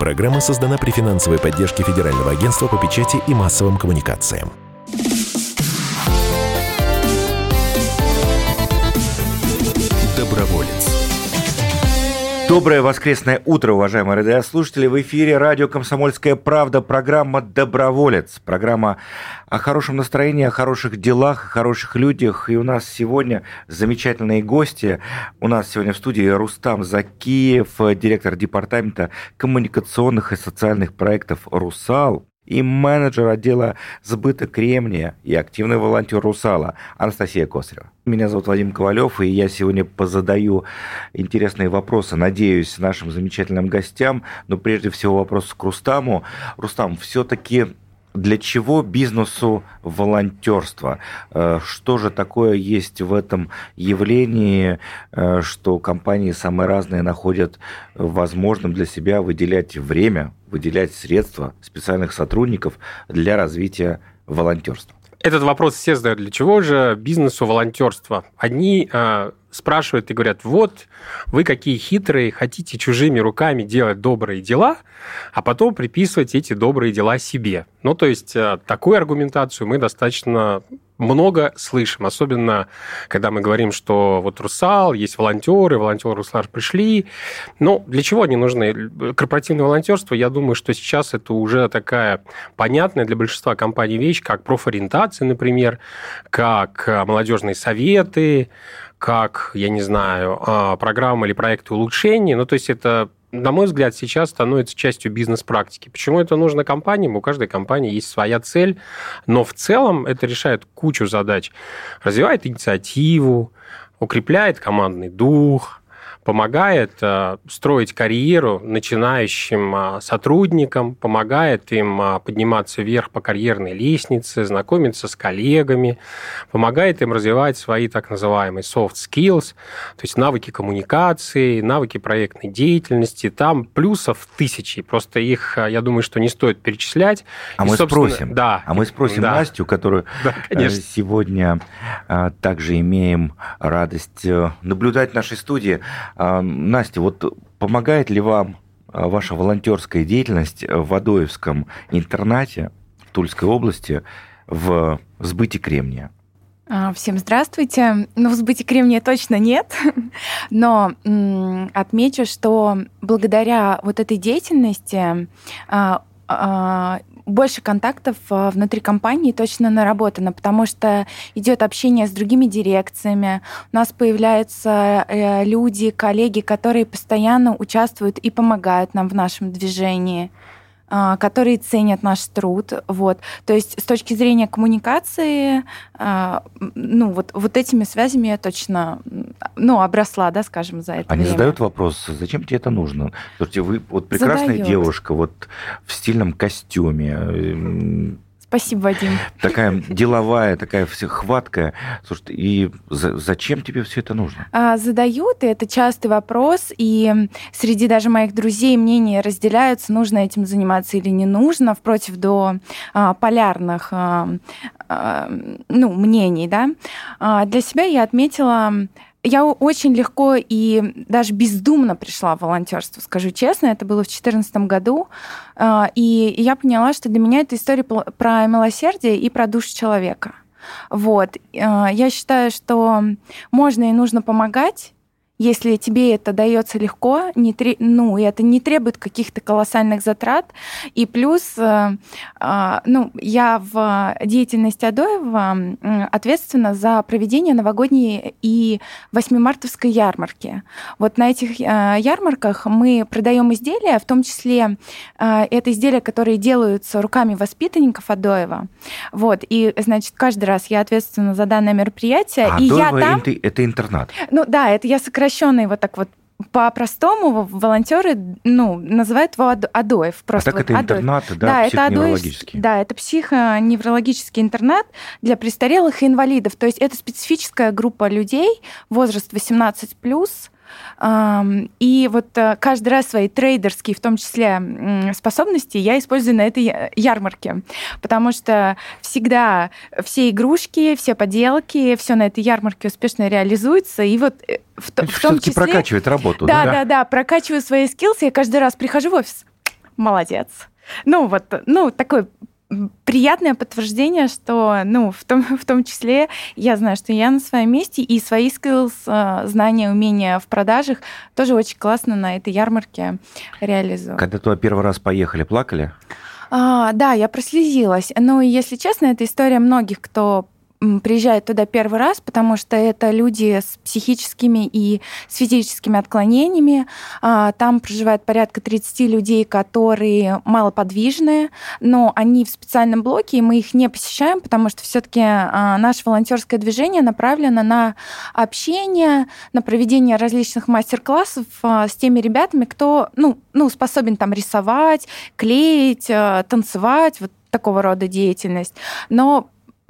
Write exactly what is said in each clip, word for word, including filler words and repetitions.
Программа создана при финансовой поддержке Федерального агентства по печати и массовым коммуникациям. Доброволец. Доброе воскресное утро, уважаемые радиослушатели. В эфире радио «Комсомольская правда», программа «Доброволец». Программа о хорошем настроении, о хороших делах, о хороших людях. И у нас сегодня замечательные гости. У нас сегодня в студии Рустам Закиев, директор департамента коммуникационных и социальных проектов «Русал», и менеджер отдела сбыта кремния и активный волонтер «Русала» Анастасия Косарева. Меня зовут Вадим Ковалев, и я сегодня позадаю интересные вопросы, надеюсь, нашим замечательным гостям, но прежде всего вопрос к Рустаму. Рустам, все-таки для чего бизнесу волонтерство? Что же такое есть в этом явлении, что компании самые разные находят возможным для себя выделять время, выделять средства, специальных сотрудников для развития волонтерства? Этот вопрос все задают. Для чего же бизнесу волонтерство? Одни э, спрашивают и говорят, вот, вы какие хитрые, хотите чужими руками делать добрые дела, а потом приписывать эти добрые дела себе. Ну, то есть, э, такую аргументацию мы достаточно много слышим, особенно когда мы говорим, что вот «Русал», есть волонтеры, волонтеры «Русал» пришли. Ну, для чего они нужны? Корпоративное волонтерство, я думаю, что сейчас это уже такая понятная для большинства компаний вещь, как профориентация, например, как молодежные советы, как, я не знаю, программы или проекты улучшения. Ну, то есть это, на мой взгляд, сейчас становится частью бизнес-практики. Почему это нужно компаниям? У каждой компании есть своя цель, но в целом это решает кучу задач. Развивает инициативу, укрепляет командный дух, помогает э, строить карьеру начинающим э, сотрудникам, помогает им э, подниматься вверх по карьерной лестнице, знакомиться с коллегами, помогает им развивать свои так называемые soft skills, то есть навыки коммуникации, навыки проектной деятельности. Там плюсов тысячи, просто их, я думаю, что не стоит перечислять. А, И, мы, спросим, да, а мы спросим да. Настю, которую да, сегодня а, также имеем радость наблюдать в нашей студии. Настя, вот помогает ли вам ваша волонтерская деятельность в Адоевском интернате в Тульской области в сбыте кремния? Всем здравствуйте. Ну, в сбыте кремния точно нет, но м, отмечу, что благодаря вот этой деятельности а, а, больше контактов внутри компании точно наработано, потому что идет общение с другими дирекциями, у нас появляются люди, коллеги, которые постоянно участвуют и помогают нам в нашем движении, которые ценят наш труд. Вот. То есть с точки зрения коммуникации, ну, вот, вот этими связями я точно ну, обросла, да, скажем, за это Они время. задают вопрос, зачем тебе это нужно? Слушайте, вы вот прекрасная Задает. девушка, вот в стильном костюме. Спасибо, Вадим. Такая деловая, такая вся хваткая. Слушай, и за, зачем тебе все это нужно? А, задают, и это частый вопрос, и среди даже моих друзей мнения разделяются, нужно этим заниматься или не нужно, впрочем, до а, полярных а, а, ну, мнений. Да? А, для себя я отметила... Я очень легко и даже бездумно пришла в волонтерство, скажу честно. Это было в две тысячи четырнадцатом году. И я поняла, что для меня это история про милосердие и про душу человека. Вот. Я считаю, что можно и нужно помогать, если тебе это дается легко, не тре... ну, и это не требует каких-то колоссальных затрат. И плюс, ну, я в деятельности Адоева ответственна за проведение новогодней и восьмимартовской ярмарки. Вот на этих ярмарках мы продаем изделия, в том числе это изделия, которые делаются руками воспитанников Адоева. Вот. И, значит, каждый раз я ответственна за данное мероприятие. А и Адоево я там... это интернат? Ну да, это я сокращенно вот так вот по-простому волонтеры, ну, называют его Адоев. Просто а так вот это Адоев. интернат, да, да, психоневрологический? Это да, это психоневрологический интернат для престарелых и инвалидов. То есть это специфическая группа людей, возраст восемнадцать плюс. И вот каждый раз свои трейдерские, в том числе, способности я использую на этой ярмарке, потому что всегда все игрушки, все поделки, все на этой ярмарке успешно реализуется. И вот в, в том числе... прокачивает работу. Да, да, да, да, прокачиваю свои скиллсы. Я каждый раз прихожу в офис, молодец. Ну, вот, ну, такой приятное подтверждение, что, ну, в том, в том числе я знаю, что я на своем месте, и свои skills, знания, умения в продажах тоже очень классно на этой ярмарке реализую. Когда туда первый раз поехали, плакали? А, да, я прослезилась. Но, если честно, это история многих, кто приезжают туда первый раз, потому что это люди с психическими и с физическими отклонениями. Там проживает порядка тридцать людей, которые малоподвижные, но они в специальном блоке, и мы их не посещаем, потому что все-таки наше волонтерское движение направлено на общение, на проведение различных мастер-классов с теми ребятами, кто ну, ну, способен там рисовать, клеить, танцевать, вот такого рода деятельность. Но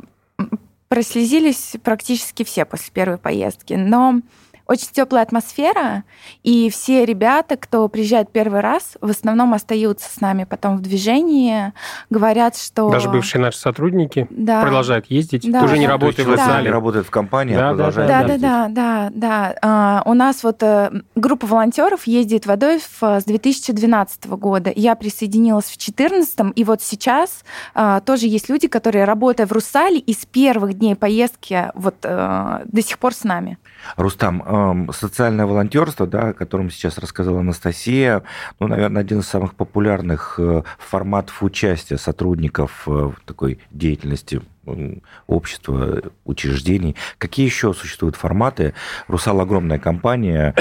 прослезились практически все после первой поездки. Но очень теплая атмосфера, и все ребята, кто приезжает первый раз, в основном остаются с нами потом в движении, говорят, что... Даже бывшие наши сотрудники да. продолжают ездить, да, уже да. не работают в да. зале. Работают в компании, да, а продолжают да, ездить. Да, да, да, да. А, у нас вот группа волонтеров ездит в Адоев с две тысячи двенадцатого года. Я присоединилась в две тысячи четырнадцатом, и вот сейчас а, тоже есть люди, которые, работая в Русале, и с первых дней поездки вот а, до сих пор с нами. Рустам, социальное волонтерство, да, о котором сейчас рассказала Анастасия, ну, наверное, один из самых популярных форматов участия сотрудников в такой деятельности общества, учреждений. Какие еще существуют форматы? «Русал» — огромная компания,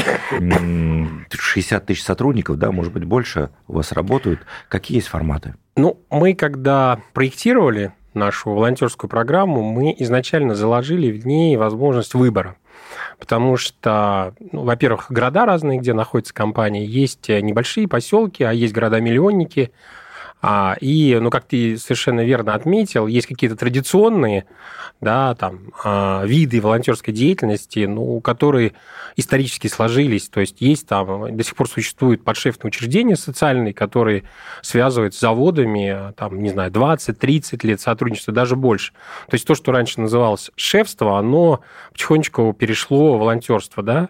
шестьдесят тысяч сотрудников, да, может быть, больше у вас работают. Какие есть форматы? Ну, мы, когда проектировали нашу волонтерскую программу, мы изначально заложили в ней возможность выбора. Потому что, ну, во-первых, города разные, где находится компания, есть небольшие поселки, а есть города-миллионники. А, и, ну, как ты совершенно верно отметил, есть какие-то традиционные, да, там, а, виды волонтерской деятельности, ну, которые исторически сложились. То есть есть там, до сих пор существуют подшефные учреждения социальные, которые связывают с заводами, там, не знаю, двадцать-тридцать лет сотрудничества, даже больше. То есть то, что раньше называлось шефство, оно потихонечку перешло в волонтерство, да.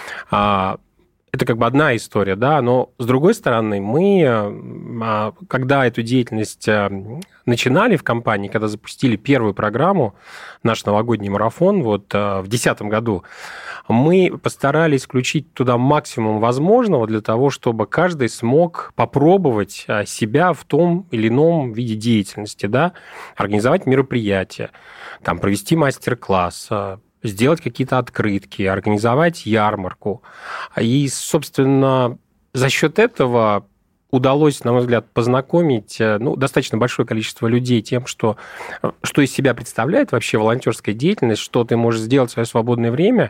А, это как бы одна история, да, но с другой стороны, мы, когда эту деятельность начинали в компании, когда запустили первую программу, наш новогодний марафон, вот в две тысячи десятом году, мы постарались включить туда максимум возможного для того, чтобы каждый смог попробовать себя в том или ином виде деятельности, да, организовать мероприятия, там, провести мастер-класс, сделать какие-то открытки, организовать ярмарку. И, собственно, за счет этого удалось, на мой взгляд, познакомить ну, достаточно большое количество людей тем, что, что из себя представляет вообще волонтерская деятельность, что ты можешь сделать в свое свободное время.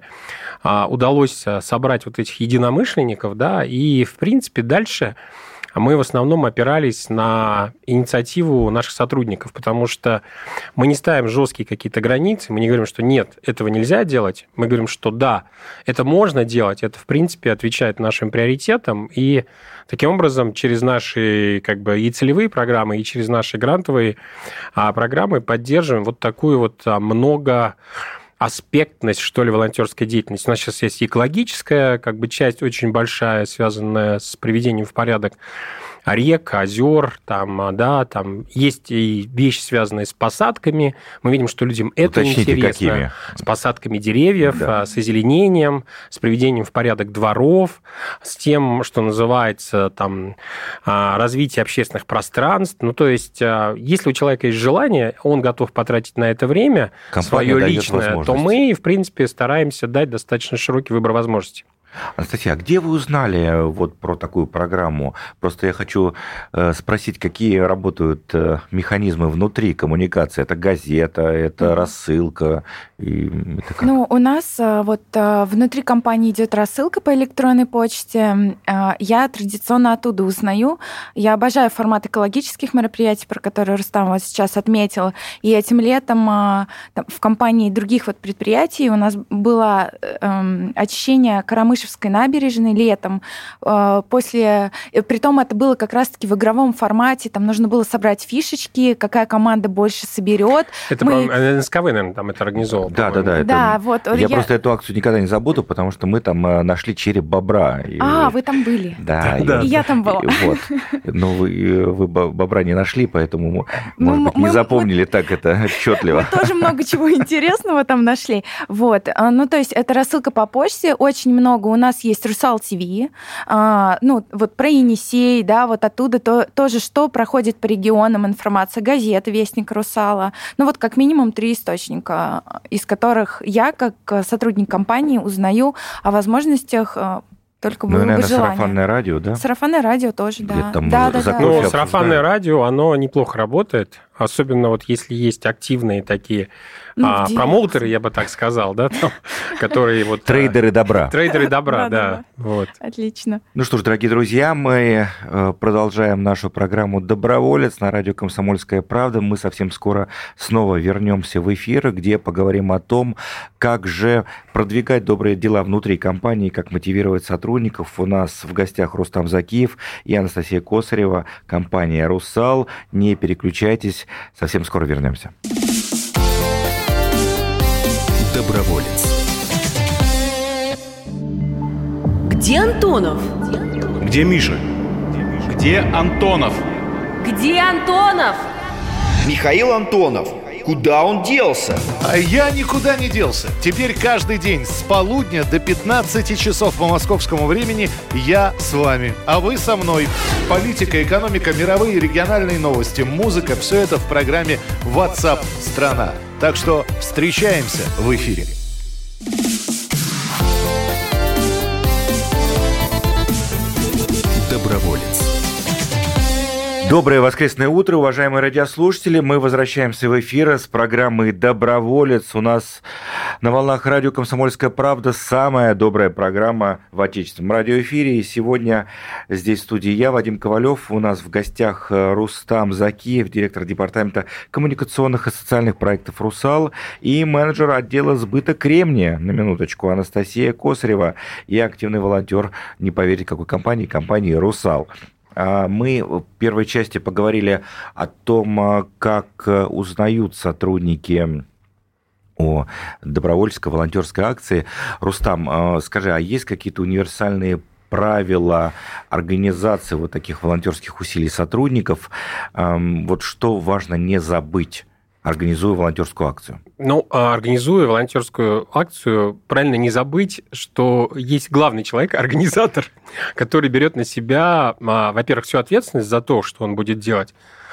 Удалось собрать вот этих единомышленников, да, и, в принципе, дальше мы в основном опирались на инициативу наших сотрудников, потому что мы не ставим жесткие какие-то границы, мы не говорим, что нет, этого нельзя делать, мы говорим, что да, это можно делать, это, в принципе, отвечает нашим приоритетам, и таким образом через наши как бы, и целевые программы, и через наши грантовые программы поддерживаем вот такую вот много... аспектность, что ли, волонтерской деятельности. У нас сейчас есть экологическая как бы, часть очень большая, связанная с приведением в порядок рек, озер, там, да, там есть и вещи, связанные с посадками. Мы видим, что людям это Уточните, интересно. Какими? С посадками деревьев, да. С озеленением, с приведением в порядок дворов, с тем, что называется там, развитие общественных пространств. Ну, то есть, если у человека есть желание, он готов потратить на это время, компания свое личное, то мы, в принципе, стараемся дать достаточно широкий выбор возможностей. Анастасия, а где вы узнали вот про такую программу? Просто я хочу спросить, какие работают механизмы внутри коммуникации? Это газета, это рассылка? И это как? Ну, у нас вот внутри компании идет рассылка по электронной почте. Я традиционно оттуда узнаю. Я обожаю формат экологических мероприятий, про которые Рустам вот сейчас отметил. И этим летом в компании других вот предприятий у нас было очищение Карамышевского Тимишевской набережной летом. После... Притом это было как раз-таки в игровом формате. Там нужно было собрать фишечки, какая команда больше соберет. Это мы... эн эс ка вэ, наверное, там это организовал. Да, да, да. Это... да вот, я, я просто эту акцию никогда не забуду, потому что мы там нашли череп бобра. И... А, вы там были. Да. да. И я там была. Вот. Но вы, вы бобра не нашли, поэтому, мы, может быть, не мы, запомнили мы... так это отчетливо. Мы тоже много чего интересного там нашли. Вот. Ну, то есть это рассылка по почте. Очень много. У нас есть Русал ТВ. А, ну, вот про Енисей, да, вот оттуда то, тоже, что проходит по регионам информация. Газета «Вестник Русала». Ну, вот как минимум три источника, из которых я, как сотрудник компании, узнаю о возможностях только было ну, бы наверное, желание. Сарафанное радио, да? Сарафанное радио тоже, да. Там да, да, да. Ну, сарафанное радио, оно неплохо работает, особенно вот если есть активные такие ну, а, промоутеры, я бы так сказал, да, там, которые вот... Трейдеры добра. Трейдеры добра, да. Вот. Отлично. Ну что ж, дорогие друзья, мы продолжаем нашу программу «Доброволец» на радио «Комсомольская правда». Мы совсем скоро снова вернемся в эфир, где поговорим о том, как же продвигать добрые дела внутри компании, как мотивировать сотрудников. У нас в гостях Рустам Закиев и Анастасия Косарева, компания «Русал». Не переключайтесь, совсем скоро вернемся. Доброволец. Где Антонов? Где Миша? Где Антонов? Где Антонов? Михаил Антонов. Куда он делся? А я никуда не делся. Теперь каждый день с полудня до пятнадцати часов по московскому времени я с вами, а вы со мной. Политика, экономика, мировые и региональные новости, музыка – все это в программе WhatsApp страна. Так что встречаемся в эфире. Доброволец. Доброе воскресное утро, уважаемые радиослушатели. Мы возвращаемся в эфир с программой «Доброволец». У нас на волнах радио «Комсомольская правда» самая добрая программа в отечественном радиоэфире. И сегодня здесь в студии я, Вадим Ковалев. У нас в гостях Рустам Закиев, директор департамента коммуникационных и социальных проектов «Русал», и менеджер отдела сбыта «Кремния», на минуточку, Анастасия Косарева, и активный волонтер, не поверите, какой компании, компании «Русал». Мы в первой части поговорили о том, как узнают сотрудники о добровольческой волонтерской акции. Рустам, скажи, а есть какие-то универсальные правила организации вот таких волонтерских усилий сотрудников? Вот что важно не забыть, организуя волонтерскую акцию? Ну, организуя волонтерскую акцию, правильно не забыть, что есть главный человек, организатор, который берет на себя, во-первых, всю ответственность за то, что он будет делать,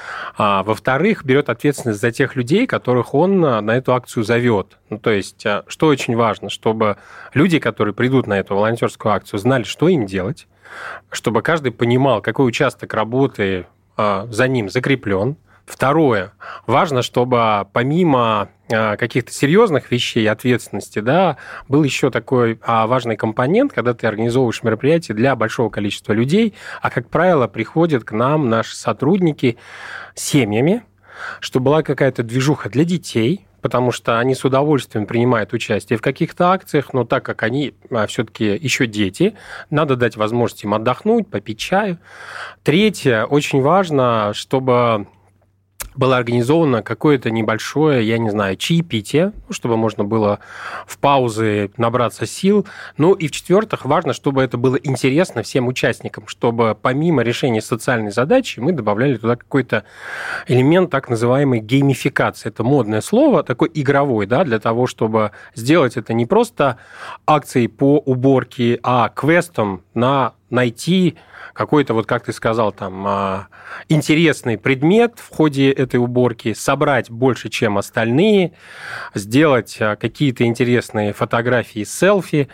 а во-вторых, берет ответственность за тех людей, которых он на эту акцию зовет. Ну, то есть, что очень важно, чтобы люди, которые придут на эту волонтерскую акцию, знали, что им делать, чтобы каждый понимал, какой участок работы за ним закреплен. Второе. Важно, чтобы помимо каких-то серьезных вещей, ответственности, да, был еще такой важный компонент, когда ты организовываешь мероприятие для большого количества людей, а, как правило, приходят к нам наши сотрудники с семьями, чтобы была какая-то движуха для детей, потому что они с удовольствием принимают участие в каких-то акциях, но так как они все-таки еще дети, надо дать возможность им отдохнуть, попить чаю. Третье. Очень важно, чтобы было организовано какое-то небольшое, я не знаю, чаепитие, чтобы можно было в паузы набраться сил. Ну и в-четвертых, важно, чтобы это было интересно всем участникам, чтобы помимо решения социальной задачи мы добавляли туда какой-то элемент так называемой геймификации. Это модное слово, такой игровой, да, для того, чтобы сделать это не просто акцией по уборке, а квестом на найти какой-то, вот как ты сказал, там, интересный предмет в ходе этой уборки, собрать больше, чем остальные, сделать какие-то интересные фотографии, селфи,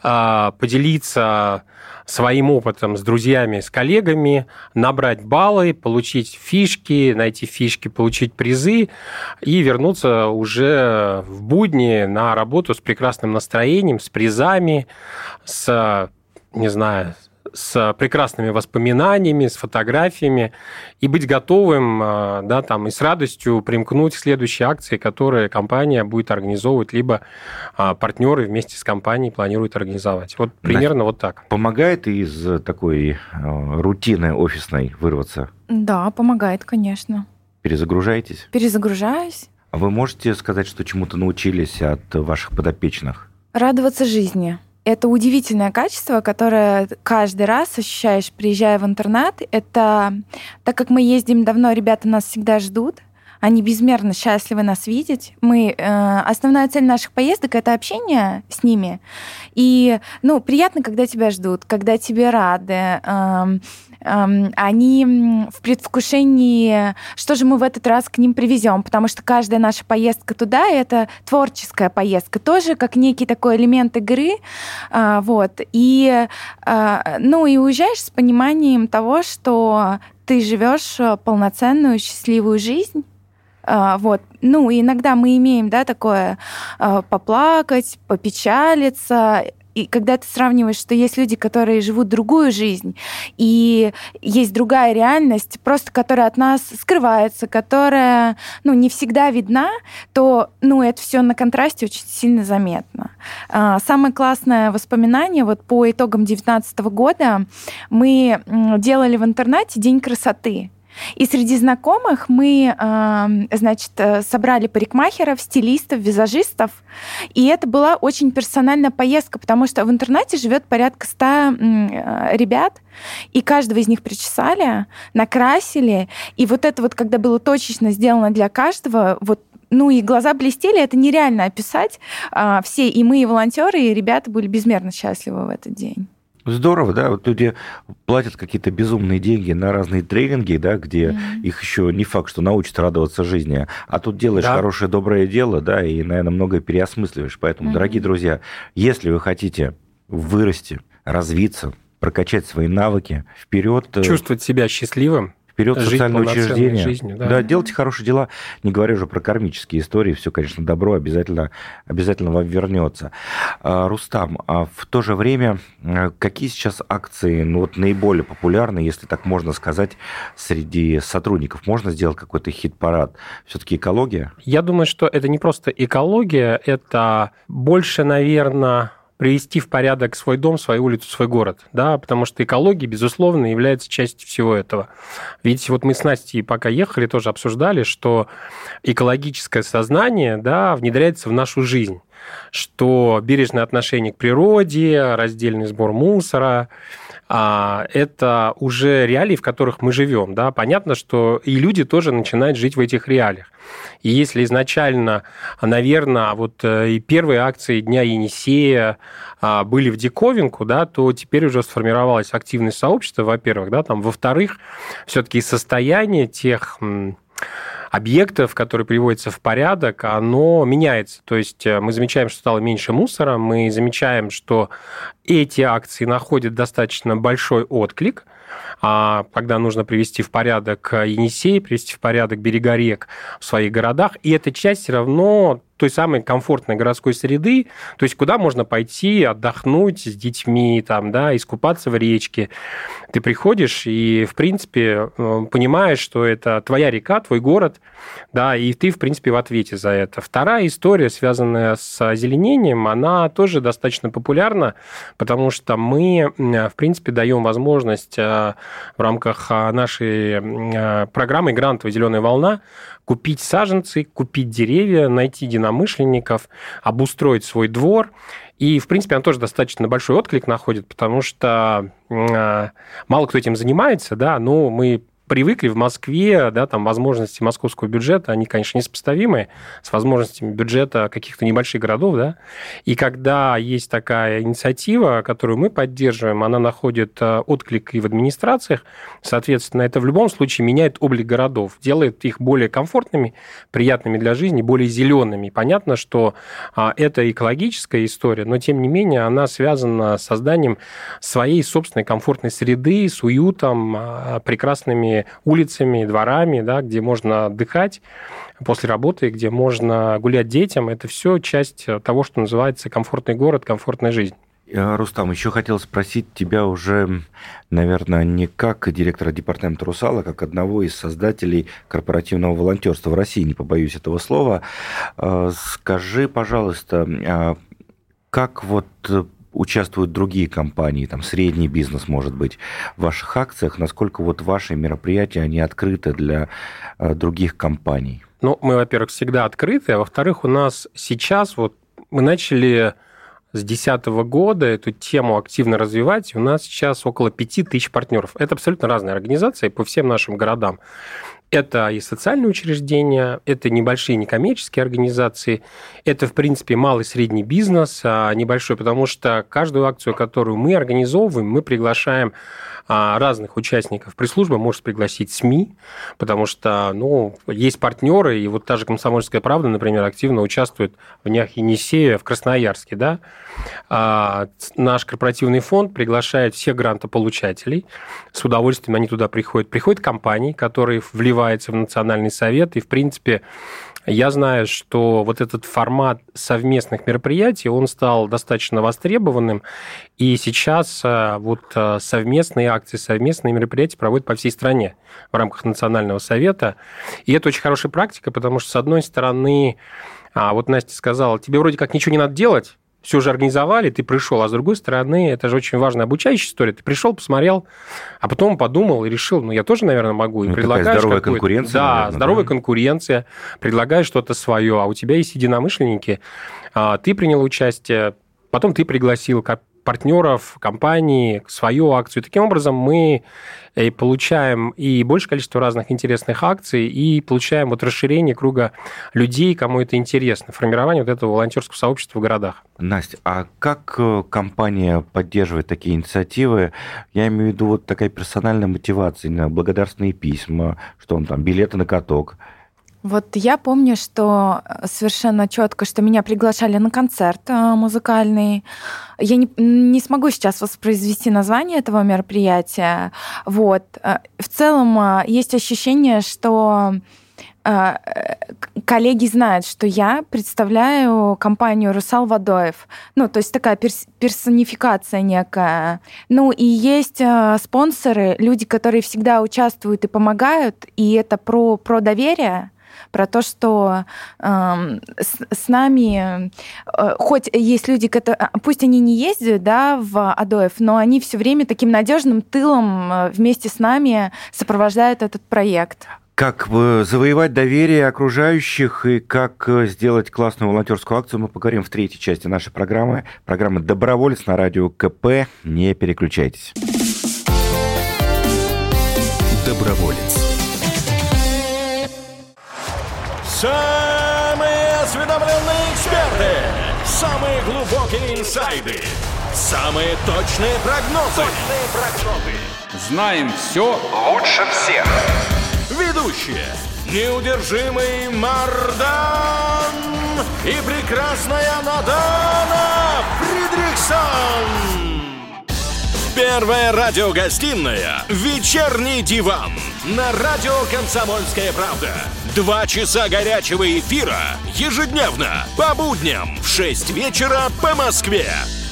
поделиться своим опытом с друзьями, с коллегами, набрать баллы, получить фишки, найти фишки, получить призы и вернуться уже в будни на работу с прекрасным настроением, с призами, с, не знаю, с прекрасными воспоминаниями, с фотографиями, и быть готовым, да, там, и с радостью примкнуть к следующей акции, которую компания будет организовывать, либо партнеры вместе с компанией планируют организовать. Вот примерно вот так. Помогает из такой рутины офисной вырваться? Да, помогает, конечно. Перезагружаетесь? Перезагружаюсь. А вы можете сказать, что чему-то научились от ваших подопечных? Радоваться жизни. Это удивительное качество, которое каждый раз ощущаешь, приезжая в интернат. Это, так как мы ездим давно, ребята нас всегда ждут. Они безмерно счастливы нас видеть. Мы, э, основная цель наших поездок — это общение с ними. И, ну, приятно, когда тебя ждут, когда тебе рады. Э, э, они в предвкушении, что же мы в этот раз к ним привезем, потому что каждая наша поездка туда — это творческая поездка, тоже как некий такой элемент игры. Э, вот. И, э, ну, и уезжаешь с пониманием того, что ты живешь полноценную, счастливую жизнь. Вот. Ну, иногда мы имеем, да, такое поплакать, попечалиться. И когда ты сравниваешь, что есть люди, которые живут другую жизнь, и есть другая реальность, просто которая от нас скрывается, которая, ну, не всегда видна, то, ну, это все на контрасте очень сильно заметно. Самое классное воспоминание, вот по итогам две тысячи девятнадцатого года мы делали в интернате День красоты. И среди знакомых мы, значит, собрали парикмахеров, стилистов, визажистов. И это была очень персональная поездка, потому что в интернате живет порядка ста ребят, и каждого из них причесали, накрасили. И вот это вот, когда было точечно сделано для каждого, вот, ну и глаза блестели, это нереально описать. Все, и мы, и волонтеры, и ребята были безмерно счастливы в этот день. Здорово, да, вот люди платят какие-то безумные деньги на разные тренинги, да, где mm-hmm. их еще не факт, что научат радоваться жизни, а тут делаешь да. хорошее, доброе дело, да, и, наверное, многое переосмысливаешь. Поэтому, mm-hmm. дорогие друзья, если вы хотите вырасти, развиться, прокачать свои навыки, вперед, чувствовать себя счастливым, вперед в социальное учреждение. Жизнью, да. да, делайте хорошие дела, не говоря уже про кармические истории, все, конечно, добро обязательно, обязательно вам вернется. Рустам, а в то же время какие сейчас акции, ну, вот, наиболее популярны, если так можно сказать, среди сотрудников? Можно сделать какой-то хит-парад? Все-таки экология? Я думаю, что это не просто экология, это больше, наверное, привести в порядок свой дом, свою улицу, свой город, да, потому что экология, безусловно, является частью всего этого. Ведь вот мы с Настей пока ехали, тоже обсуждали, что экологическое сознание, да, внедряется в нашу жизнь, что бережное отношение к природе, раздельный сбор мусора, это уже реалии, в которых мы живем. Да? Понятно, что и люди тоже начинают жить в этих реалиях. И если изначально, наверное, вот и первые акции Дня Енисея были в диковинку, да, то теперь уже сформировалась активность сообщества, во-первых, да, там, во-вторых, все-таки состояние тех объектов, которые приводятся в порядок, оно меняется. То есть мы замечаем, что стало меньше мусора, мы замечаем, что эти акции находят достаточно большой отклик, когда нужно привести в порядок Енисей, привести в порядок берега рек в своих городах, и эта часть все равно той самой комфортной городской среды, то есть куда можно пойти отдохнуть с детьми, там, да, искупаться в речке. Ты приходишь и, в принципе, понимаешь, что это твоя река, твой город, да, и ты, в принципе, в ответе за это. Вторая история, связанная с озеленением, она тоже достаточно популярна, потому что мы, в принципе, даем возможность в рамках нашей программы грантовой «Зеленая волна» купить саженцы, купить деревья, найти единомышленников, обустроить свой двор. И, в принципе, он тоже достаточно большой отклик находит, потому что мало кто этим занимается, да, но мы привыкли в Москве, да, там возможности московского бюджета, они, конечно, несопоставимы с возможностями бюджета каких-то небольших городов, да, и когда есть такая инициатива, которую мы поддерживаем, она находит отклик и в администрациях, соответственно, это в любом случае меняет облик городов, делает их более комфортными, приятными для жизни, более зелеными. Понятно, что это экологическая история, но, тем не менее, она связана с созданием своей собственной комфортной среды, с уютом, прекрасными улицами, дворами, да, где можно отдыхать после работы, где можно гулять детям. Это все часть того, что называется комфортный город, комфортная жизнь. Рустам, еще хотел спросить тебя уже, наверное, не как директора департамента «Русал», а как одного из создателей корпоративного волонтерства в России, не побоюсь этого слова. Скажи, пожалуйста, как вот участвуют другие компании, там, средний бизнес, может быть, в ваших акциях? Насколько вот ваши мероприятия, они открыты для других компаний? Ну, мы, во-первых, всегда открыты, а во-вторых, у нас сейчас вот мы начали с две тысячи десятого года эту тему активно развивать, и у нас сейчас около пяти тысяч партнеров. Это абсолютно разные организации по всем нашим городам. Это и социальные учреждения, это небольшие некоммерческие организации, это, в принципе, малый и средний бизнес, а небольшой, потому что каждую акцию, которую мы организовываем, мы приглашаем разных участников. Пресс-служба может пригласить СМИ, потому что, ну, есть партнеры, и вот та же «Комсомольская правда», например, активно участвует в днях Енисея в Красноярске, да. А наш корпоративный фонд приглашает всех грантополучателей, с удовольствием они туда приходят. Приходят компании, которые вливаются в Национальный совет, и, в принципе, я знаю, что вот этот формат совместных мероприятий, он стал достаточно востребованным, и сейчас вот совместные акции, совместные мероприятия проводят по всей стране в рамках Национального совета. И это очень хорошая практика, потому что, с одной стороны, вот Настя сказала, тебе вроде как ничего не надо делать, все же организовали, ты пришел, а с другой стороны, это же очень важная обучающая история. Ты пришел, посмотрел, а потом подумал и решил, ну, я тоже, наверное, могу. И ну, предлагаешь здоровая конкуренция. Да, наверное, здоровая да? конкуренция, предлагаешь что-то свое, а у тебя есть единомышленники, ты принял участие, потом ты пригласил партнеров, компании, свою акцию. Таким образом, мы получаем и большее количество разных интересных акций, и получаем вот расширение круга людей, кому это интересно, формирование вот этого волонтерского сообщества в городах. Настя, а как компания поддерживает такие инициативы? Я имею в виду вот такая персональная мотивация, благодарственные письма, что он там, билеты на каток. Вот я помню, что совершенно четко, что меня приглашали на концерт музыкальный. Я не, не смогу сейчас воспроизвести название этого мероприятия. Вот. В целом есть ощущение, что коллеги знают, что я представляю компанию «Русал Водоев». Ну, то есть такая перс- персонификация некая. Ну, и есть спонсоры, люди, которые всегда участвуют и помогают, и это про, про доверие, про то, что э, с, с нами, э, хоть есть люди, которые, пусть они не ездят, да, в Адоев, но они все время таким надежным тылом вместе с нами сопровождают этот проект. Как завоевать доверие окружающих и как сделать классную волонтерскую акцию, мы поговорим в третьей части нашей программы. Программа «Доброволец» на радио КП. Не переключайтесь. Доброволец. Самые осведомленные эксперты, самые глубокие инсайды, самые точные прогнозы. Точные прогнозы. Знаем все лучше всех. Ведущие: неудержимый Мардан и прекрасная Надана Фридрихсон. Первая радиогостинная «Вечерний диван» на радио «Комсомольская правда». Два часа горячего эфира ежедневно по будням в шесть вечера по Москве.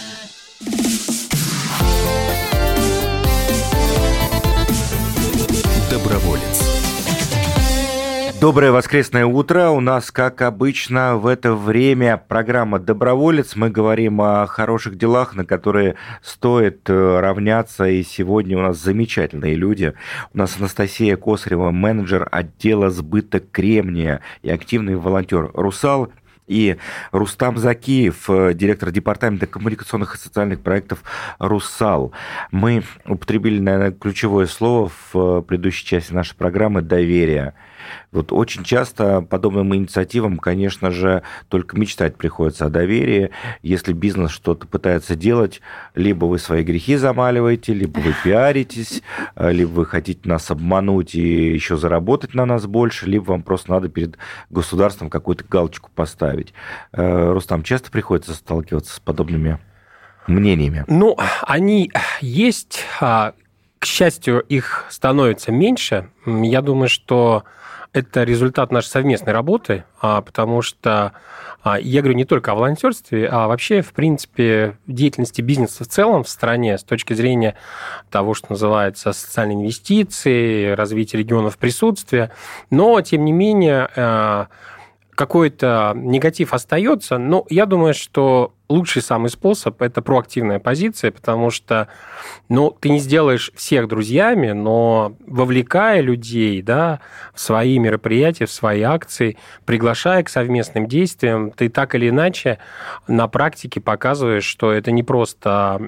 Доброволец. Доброе воскресное утро. У нас, как обычно, в это время программа «Доброволец». Мы говорим о хороших делах, на которые стоит равняться. И сегодня у нас замечательные люди. У нас Анастасия Косарева, менеджер отдела сбыта кремния и активный волонтер «Русал». И Рустам Закиев, директор департамента коммуникационных и социальных проектов «Русал». Мы употребили, наверное, ключевое слово в предыдущей части нашей программы «доверие». Вот очень часто подобным инициативам, конечно же, только мечтать приходится о доверии. Если бизнес что-то пытается делать, либо вы свои грехи замаливаете, либо вы пиаритесь, либо вы хотите нас обмануть и еще заработать на нас больше, либо вам просто надо перед государством какую-то галочку поставить. Рустам, часто приходится сталкиваться с подобными мнениями? Ну, они есть. К счастью, их становится меньше. Я думаю, что это результат нашей совместной работы, потому что я говорю не только о волонтерстве, а вообще, в принципе, деятельности бизнеса в целом в стране с точки зрения того, что называется социальные инвестиции, развитие регионов присутствия. Но, тем не менее, какой-то негатив остается, но я думаю, что лучший самый способ – это проактивная позиция, потому что ну, ты не сделаешь всех друзьями, но вовлекая людей да, в свои мероприятия, в свои акции, приглашая к совместным действиям, ты так или иначе на практике показываешь, что это не просто,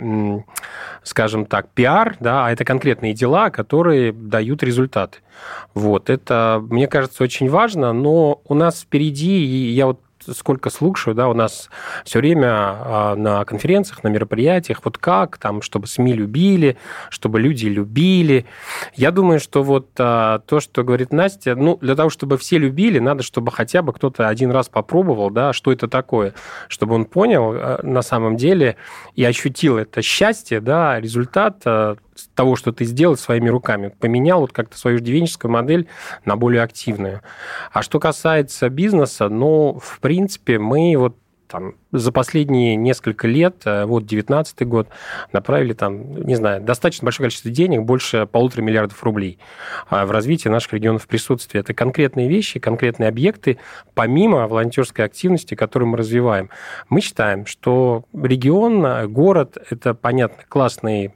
скажем так, пиар, да, а это конкретные дела, которые дают результаты. Вот. Это, мне кажется, очень важно, но у нас впереди, и я вот сколько слушаю, да, у нас все время на конференциях, на мероприятиях, вот как там, чтобы СМИ любили, чтобы люди любили. Я думаю, что вот то, что говорит Настя, ну, для того, чтобы все любили, надо, чтобы хотя бы кто-то один раз попробовал, да, что это такое, чтобы он понял на самом деле и ощутил это счастье, да, результат того, что ты сделал своими руками, поменял вот как-то свою иждивенческую модель на более активную. А что касается бизнеса, ну, в принципе, мы вот там за последние несколько лет, вот девятнадцатый год, направили там, не знаю, достаточно большое количество денег, больше полутора миллиардов рублей в развитие наших регионов присутствия. Это конкретные вещи, конкретные объекты, помимо волонтерской активности, которую мы развиваем. Мы считаем, что регион, город – это, понятно, классные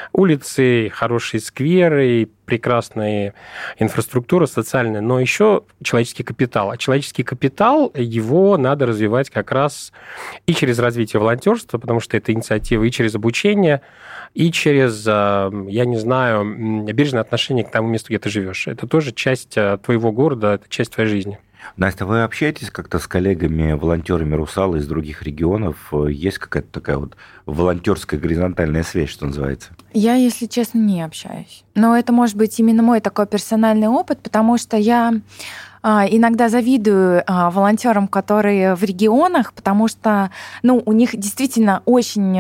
улицы, хорошие скверы, прекрасная инфраструктура социальная, но еще человеческий капитал. А человеческий капитал, его надо развивать как раз и через развитие волонтерства, потому что это инициатива, и через обучение, и через, я не знаю, бережное отношение к тому месту, где ты живешь. Это тоже часть твоего города, это часть твоей жизни. Настя, вы общаетесь как-то с коллегами, волонтерами «Русала» из других регионов? Есть какая-то такая вот волонтерская горизонтальная связь, что называется? Я, если честно, не общаюсь. Но это может быть именно мой такой персональный опыт, потому что я иногда завидую волонтерам, которые в регионах, потому что ну, у них действительно очень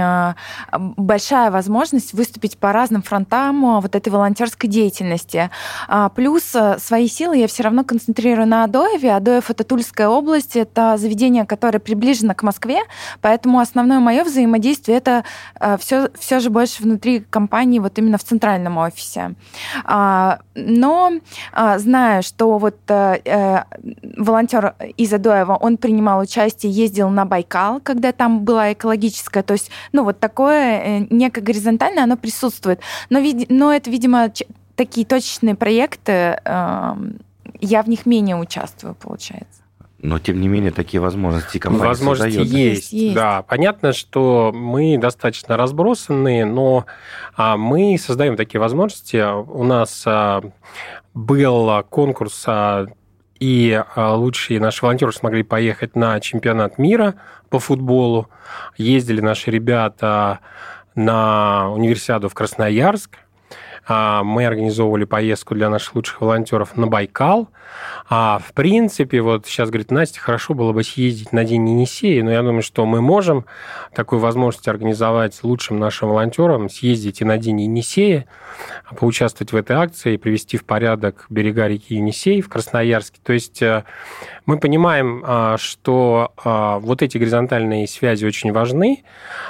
большая возможность выступить по разным фронтам вот этой волонтерской деятельности. Плюс свои силы я все равно концентрирую на Адоеве. Адоев — это Тульская область, это заведение, которое приближено к Москве, поэтому основное мое взаимодействие — это все, все же больше внутри компании, вот именно в центральном офисе. Но знаю, что вот волонтер из Адоева, он принимал участие, ездил на Байкал, когда там была экологическая, то есть, ну, вот такое некое горизонтальное, оно присутствует. Но, но это, видимо, такие точечные проекты, я в них менее участвую, получается. Но, тем не менее, такие возможности компания Возможности создает. есть, есть, да. Понятно, что мы достаточно разбросанные, но мы создаем такие возможности. У нас был конкурс, и лучшие наши волонтеры смогли поехать на чемпионат мира по футболу. Ездили наши ребята на универсиаду в Красноярск. Мы организовывали поездку для наших лучших волонтеров на Байкал. А в принципе, вот сейчас говорит Настя, хорошо было бы съездить на День Енисея, но я думаю, что мы можем такую возможность организовать лучшим нашим волонтерам, съездить и на День Енисея, поучаствовать в этой акции, привести в порядок берега реки Енисей в Красноярске. То есть мы понимаем, что вот эти горизонтальные связи очень важны.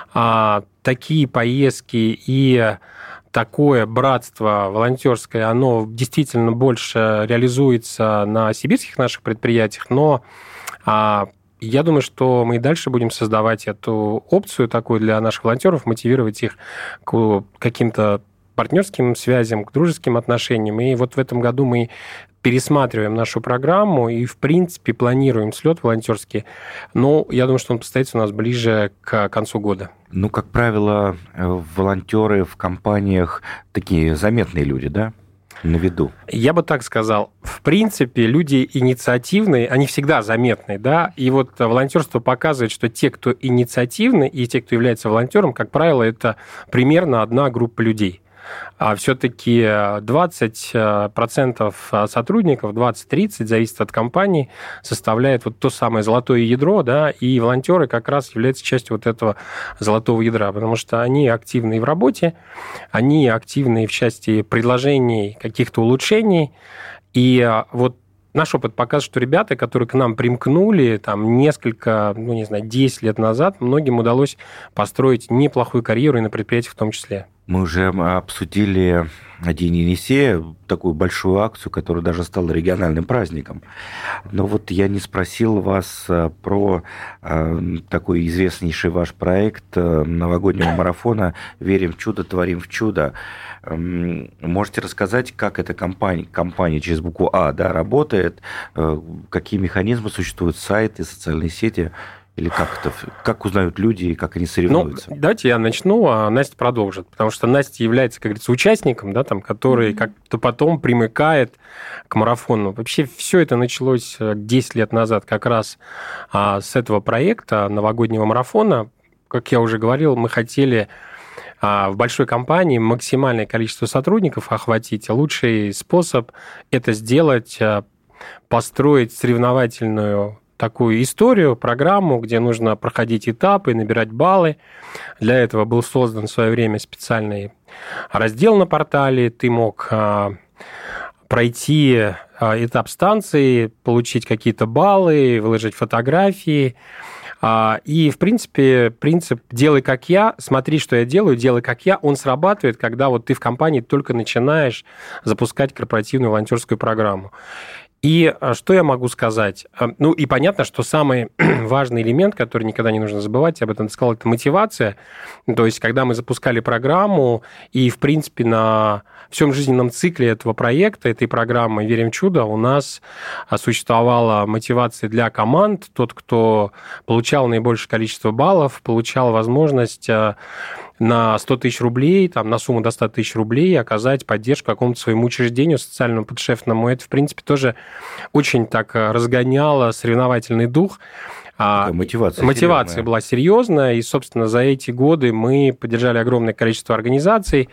Такие поездки и такое братство волонтерское, оно действительно больше реализуется на сибирских наших предприятиях, но а, я думаю, что мы и дальше будем создавать эту опцию такую для наших волонтеров, мотивировать их к каким-то партнерским связям, к дружеским отношениям. И вот в этом году мы пересматриваем нашу программу и, в принципе, планируем слет волонтерский. Но я думаю, что он состоится у нас ближе к концу года. Ну, как правило, волонтеры в компаниях такие заметные люди, да? На виду. Я бы так сказал. В принципе, люди инициативные, они всегда заметные, да, и вот волонтерство показывает, что те, кто инициативны, и те, кто является волонтером, как правило, это примерно одна группа людей. А все-таки двадцать процентов сотрудников, двадцать-тридцать, зависит от компании, составляет вот то самое золотое ядро, да, и волонтеры как раз являются частью вот этого золотого ядра, потому что они активны в работе, они активны в части предложений каких-то улучшений, и вот наш опыт показывает, что ребята, которые к нам примкнули там несколько, ну, не знаю, десять лет назад, многим удалось построить неплохую карьеру и на предприятиях в том числе. Мы уже обсудили День Енисея, такую большую акцию, которая даже стала региональным праздником. Но вот я не спросил вас про такой известнейший ваш проект новогоднего марафона «Верим в чудо, творим в чудо». Можете рассказать, как эта компания, компания через букву А, да, работает, какие механизмы существуют, сайты, социальные сети? Или как это, как узнают люди и как они соревнуются? Ну, давайте я начну, а Настя продолжит. Потому что Настя является, как говорится, участником, да, там, который mm-hmm. как-то потом примыкает к марафону. Вообще все это началось десять лет назад как раз а, с этого проекта новогоднего марафона. Как я уже говорил, мы хотели а, в большой компании максимальное количество сотрудников охватить. Лучший способ это сделать, построить соревновательную такую историю, программу, где нужно проходить этапы, набирать баллы. Для этого был создан в свое время специальный раздел на портале. Ты мог пройти этап станции, получить какие-то баллы, выложить фотографии. И, в принципе, принцип «делай как я», смотри, что я делаю, делай как я, он срабатывает, когда вот ты в компании только начинаешь запускать корпоративную волонтерскую программу. И что я могу сказать? Ну, и понятно, что самый важный элемент, который никогда не нужно забывать, я об этом сказал, это мотивация. То есть, когда мы запускали программу, и, в принципе, на всем жизненном цикле этого проекта, этой программы «Верим в чудо», у нас существовала мотивация для команд. Тот, кто получал наибольшее количество баллов, получал возможность на сто тысяч рублей, там, на сумму до ста тысяч рублей оказать поддержку какому-то своему учреждению социальному, подшефному. Это, в принципе, тоже очень так разгоняло соревновательный дух. Такая мотивация Мотивация серьезная. была серьезная, и, собственно, за эти годы мы поддержали огромное количество организаций,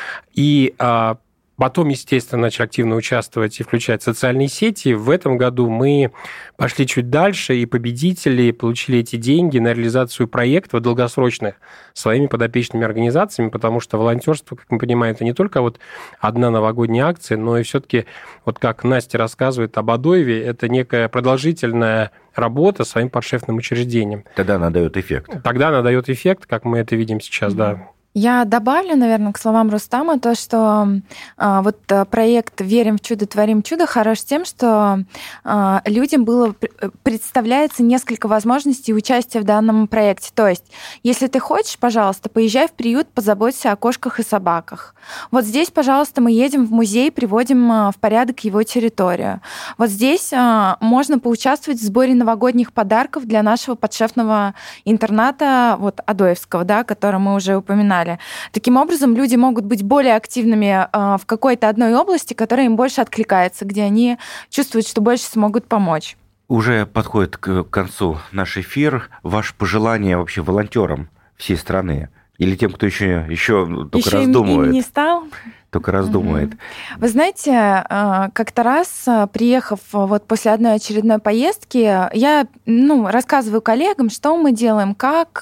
и потом, естественно, начали активно участвовать и включать социальные сети. В этом году мы пошли чуть дальше, и победители получили эти деньги на реализацию проектов долгосрочных своими подопечными организациями, потому что волонтерство, как мы понимаем, это не только вот одна новогодняя акция, но и все-таки, вот как Настя рассказывает об Адоеве, это некая продолжительная работа своим подшефным учреждением. Тогда она дает эффект. Тогда она дает эффект, как мы это видим сейчас, mm-hmm. да. Я добавлю, наверное, к словам Рустама то, что а, вот проект «Верим в чудо, творим чудо» хорош тем, что а, людям было представляется несколько возможностей участия в данном проекте. То есть, если ты хочешь, пожалуйста, поезжай в приют, позаботься о кошках и собаках. Вот здесь, пожалуйста, мы едем в музей, приводим в порядок его территорию. Вот здесь а, можно поучаствовать в сборе новогодних подарков для нашего подшефного интерната, вот Адоевского, да, который мы уже упоминали. Таким образом, люди могут быть более активными в какой-то одной области, которая им больше откликается, где они чувствуют, что больше смогут помочь. Уже подходит к концу наш эфир. Ваше пожелание вообще волонтерам всей страны или тем, кто еще, еще только еще раздумывает? Им не стал? Только раздумывает. Вы знаете, как-то раз, приехав вот после одной очередной поездки, я ну, рассказываю коллегам, что мы делаем, как.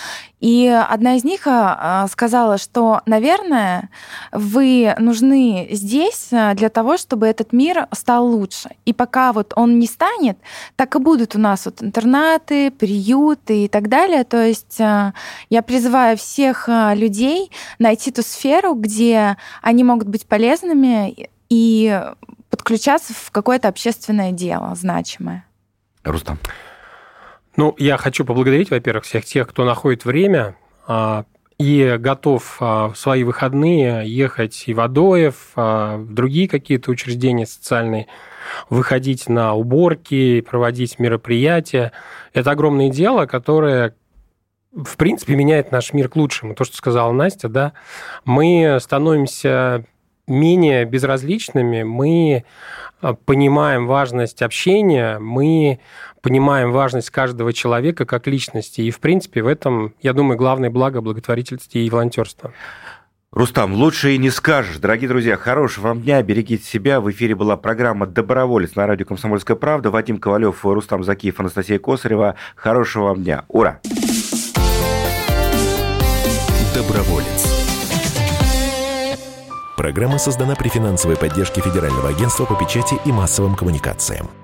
И одна из них сказала, что, наверное, вы нужны здесь для того, чтобы этот мир стал лучше. И пока вот он не станет, так и будут у нас вот интернаты, приюты и так далее. То есть я призываю всех людей найти ту сферу, где они могут быть полезными и подключаться в какое-то общественное дело значимое. Рустам. Ну, я хочу поблагодарить, во-первых, всех тех, кто находит время а, и готов а, в свои выходные ехать и в Адоев, а, в другие какие-то учреждения социальные, выходить на уборки, проводить мероприятия. Это огромное дело, которое, в принципе, меняет наш мир к лучшему. То, что сказала Настя, да, мы становимся менее безразличными, мы понимаем важность общения, мы понимаем важность каждого человека как личности. И, в принципе, в этом, я думаю, главное благо благотворительности и волонтерства. Рустам, лучше и не скажешь. Дорогие друзья, хорошего вам дня, берегите себя. В эфире была программа «Доброволец» на радио «Комсомольская правда». Вадим Ковалев, Рустам Закиев, Анастасия Косарева. Хорошего вам дня. Ура! Доброволец. Программа создана при финансовой поддержке Федерального агентства по печати и массовым коммуникациям.